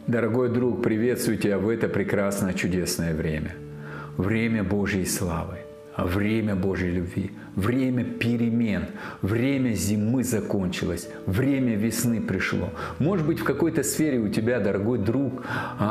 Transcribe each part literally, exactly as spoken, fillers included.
Дорогой друг, приветствую тебя в это прекрасное, чудесное время. Время Божьей славы, время Божьей любви, время перемен, время зимы закончилось, время весны пришло. Может быть, в какой-то сфере у тебя, дорогой друг,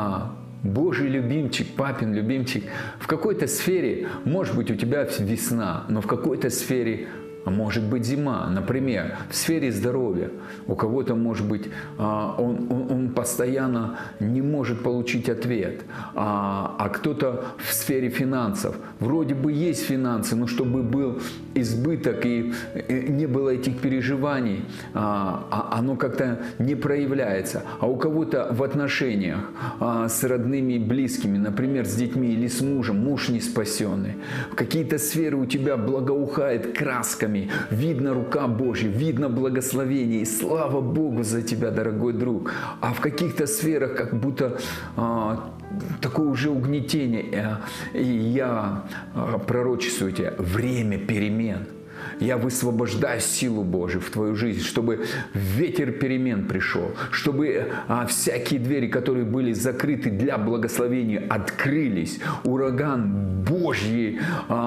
Божий любимчик, папин любимчик, в какой-то сфере, может быть, у тебя весна, но в какой-то сфере может быть зима. Например, в сфере здоровья. У кого-то, может быть, он, он, он постоянно не может получить ответ. А, а кто-то в сфере финансов. Вроде бы есть финансы, но чтобы был избыток и не было этих переживаний, а, оно как-то не проявляется. А у кого-то в отношениях а, с родными и близкими, например, с детьми или с мужем, муж не спасенный. Какие-то сферы у тебя благоухает красками. Видно рука Божья, видно благословение. И слава Богу за тебя, дорогой друг. А в каких-то сферах как будто а, такое уже угнетение. И я а, пророчествую тебе, время перемен. Я высвобождаю силу Божию в твою жизнь, чтобы ветер перемен пришел, чтобы а, всякие двери, которые были закрыты для благословения, открылись. Ураган Божий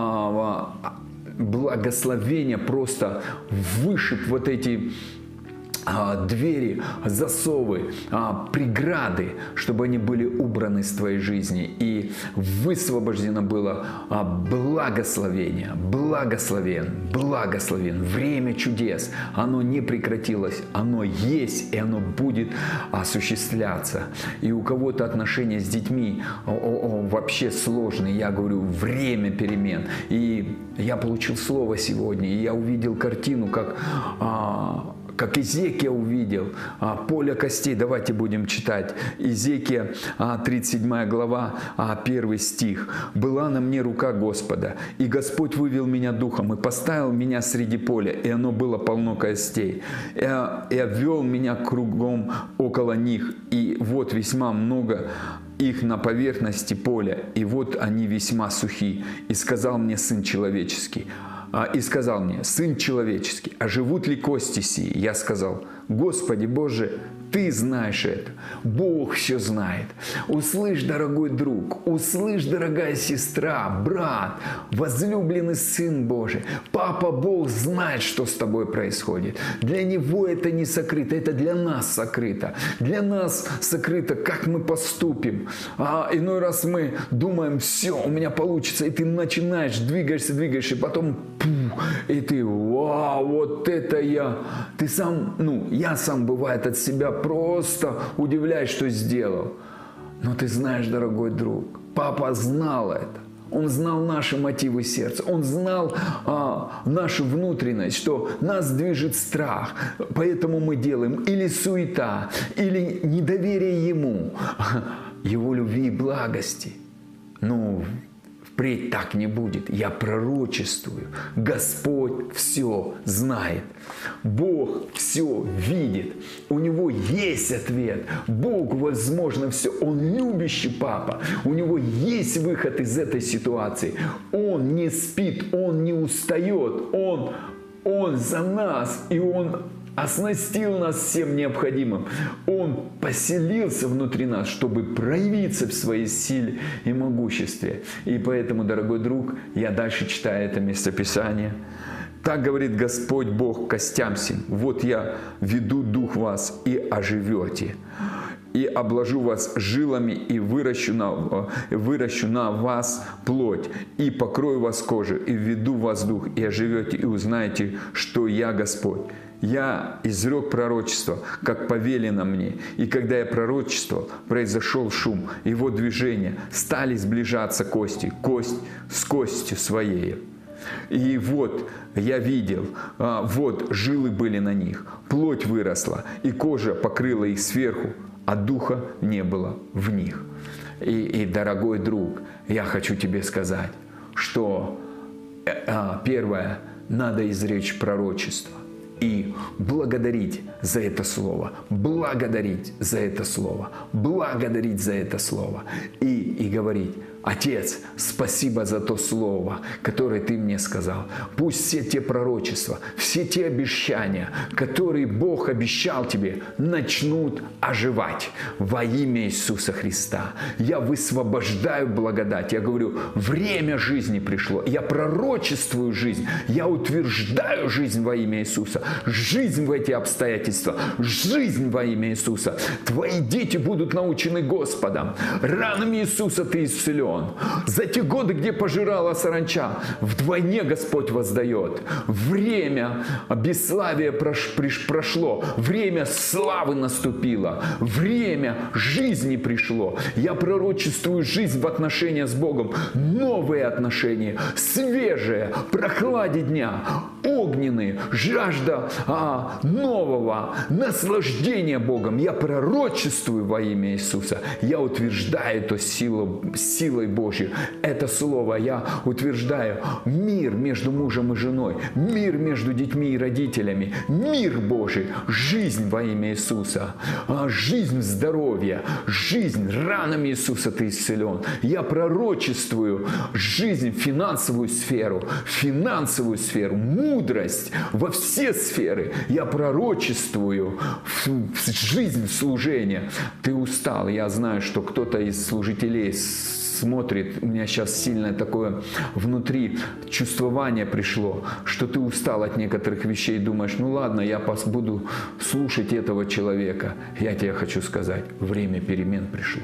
а, а, благословение просто вышиб вот эти а, двери, засовы, а, преграды, чтобы они были убраны из твоей жизни. И высвобождено было а, благословение, благословен, благословен. Время чудес, оно не прекратилось, оно есть и оно будет осуществляться. И у кого-то отношения с детьми о, о, вообще сложные. Я говорю, время перемен. И я получил слово сегодня, и я увидел картину, как... А, как Иезекия увидел, а, поле костей. Давайте будем читать. Иезекия, а, тридцать седьмая глава, а, первый стих. «Была на мне рука Господа, и Господь вывел меня духом, и поставил меня среди поля, и оно было полно костей. И, и обвел меня кругом около них, и вот весьма много их на поверхности поля, и вот они весьма сухи. И сказал мне Сын человеческий, и сказал мне, Сын человеческий, а живут ли кости сии? Я сказал, Господи Боже, Ты знаешь это. Бог все знает. Услышь, дорогой друг, услышь, дорогая сестра, брат, возлюбленный Сын Божий. Папа Бог знает, что с тобой происходит. Для Него это не сокрыто, это для нас сокрыто. Для нас сокрыто, как мы поступим. А иной раз мы думаем, все, у меня получится, и ты начинаешь, двигаешься, двигаешься, и потом, пух, и ты, вау, вот это я. Ты сам, ну, я сам, бывает, от себя просто удивляюсь, что сделал. Но ты знаешь, дорогой друг, папа знал это. Он знал наши мотивы сердца. Он знал а, нашу внутренность, что нас движет страх. Поэтому мы делаем или суета, или недоверие Ему, Его любви и благости. Ну, впредь так не будет. Я пророчествую. Господь все знает. Бог все видит. У Него есть ответ. Бог, возможно, все. Он любящий папа. У Него есть выход из этой ситуации. Он не спит, Он не устает. Он, он за нас. И Он оснастил нас всем необходимым. Он поселился внутри нас, чтобы проявиться в своей силе и могуществе. И поэтому, дорогой друг, я дальше читаю это местописание. Так говорит Господь Бог костям сим. Вот я веду дух вас и оживете. И обложу вас жилами, и выращу на, выращу на вас плоть, и покрою вас кожей, и введу в вас дух, и оживете, и узнаете, что я Господь. Я изрек пророчество, как повелено мне. И когда я пророчествовал, произошел шум, его движение, стали сближаться кости, кость с костью своей. И вот я видел, вот жилы были на них, плоть выросла, и кожа покрыла их сверху, а духа не было в них. И, и дорогой друг, я хочу тебе сказать, что первое, надо изречь пророчество. И благодарить за это слово, благодарить за это слово, благодарить за это слово. И, и говорить, Отец, спасибо за то слово, которое Ты мне сказал. Пусть все те пророчества, все те обещания, которые Бог обещал Тебе, начнут оживать во имя Иисуса Христа. Я высвобождаю благодать. Я говорю, время жизни пришло. Я пророчествую жизнь. Я утверждаю жизнь во имя Иисуса. Жизнь в эти обстоятельства. Жизнь во имя Иисуса. Твои дети будут научены Господом. Ранами Иисуса ты исцелен. За те годы, где пожирала саранча, вдвойне Господь воздает. Время бесславия прошло, время славы наступило, время жизни пришло. Я пророчествую жизнь в отношениях с Богом, новые отношения, свежие, прохладе дня, огненные, жажда а, нового, наслаждения Богом. Я пророчествую во имя Иисуса. Я утверждаю это силой, силой Божьей. Это слово я утверждаю. Мир между мужем и женой, мир между детьми и родителями, мир Божий, жизнь во имя Иисуса, жизнь здоровья, жизнь ранами Иисуса ты исцелен. Я пророчествую жизнь, финансовую сферу, финансовую сферу, мудрость во все сферы. Я пророчествую жизнь служения. Ты устал. Я знаю, что кто-то из служителей смотрит, у меня сейчас сильное такое внутри чувствование пришло, что ты устал от некоторых вещей и думаешь, ну ладно, я буду слушать этого человека. Я тебе хочу сказать, время перемен пришло.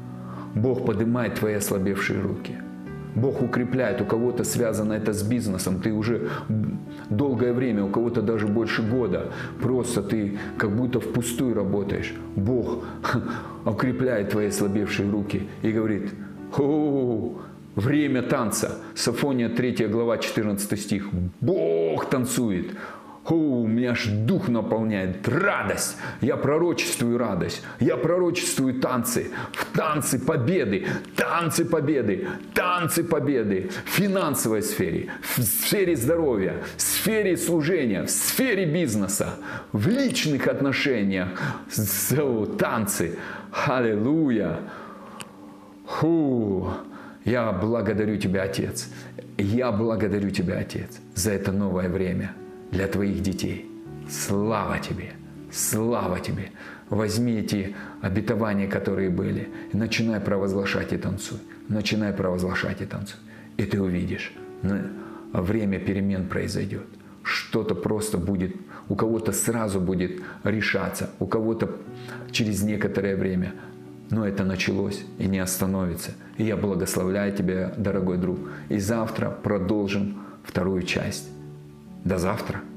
Бог поднимает твои ослабевшие руки. Бог укрепляет. У кого-то связано это с бизнесом. Ты уже долгое время, у кого-то даже больше года. Просто ты как будто впустую работаешь. Бог укрепляет твои ослабевшие руки и говорит, о, время танца. Софония третья глава, четырнадцатый стих. Бог танцует. О, меня аж дух наполняет. Радость. Я пророчествую радость. Я пророчествую танцы. В танцы победы. Танцы победы. Танцы победы. В финансовой сфере. В сфере здоровья. В сфере служения. В сфере бизнеса. В личных отношениях. Танцы. Аллилуйя. Фу. Я благодарю Тебя, Отец. Я благодарю Тебя, Отец, за это новое время для Твоих детей. Слава Тебе! Слава Тебе! Возьми эти обетования, которые были, и начинай провозглашать и танцуй. Начинай провозглашать и танцуй. И ты увидишь, время перемен произойдет. Что-то просто будет, у кого-то сразу будет решаться, у кого-то через некоторое время. Но это началось и не остановится. И я благословляю тебя, дорогой друг. И завтра продолжим вторую часть. До завтра.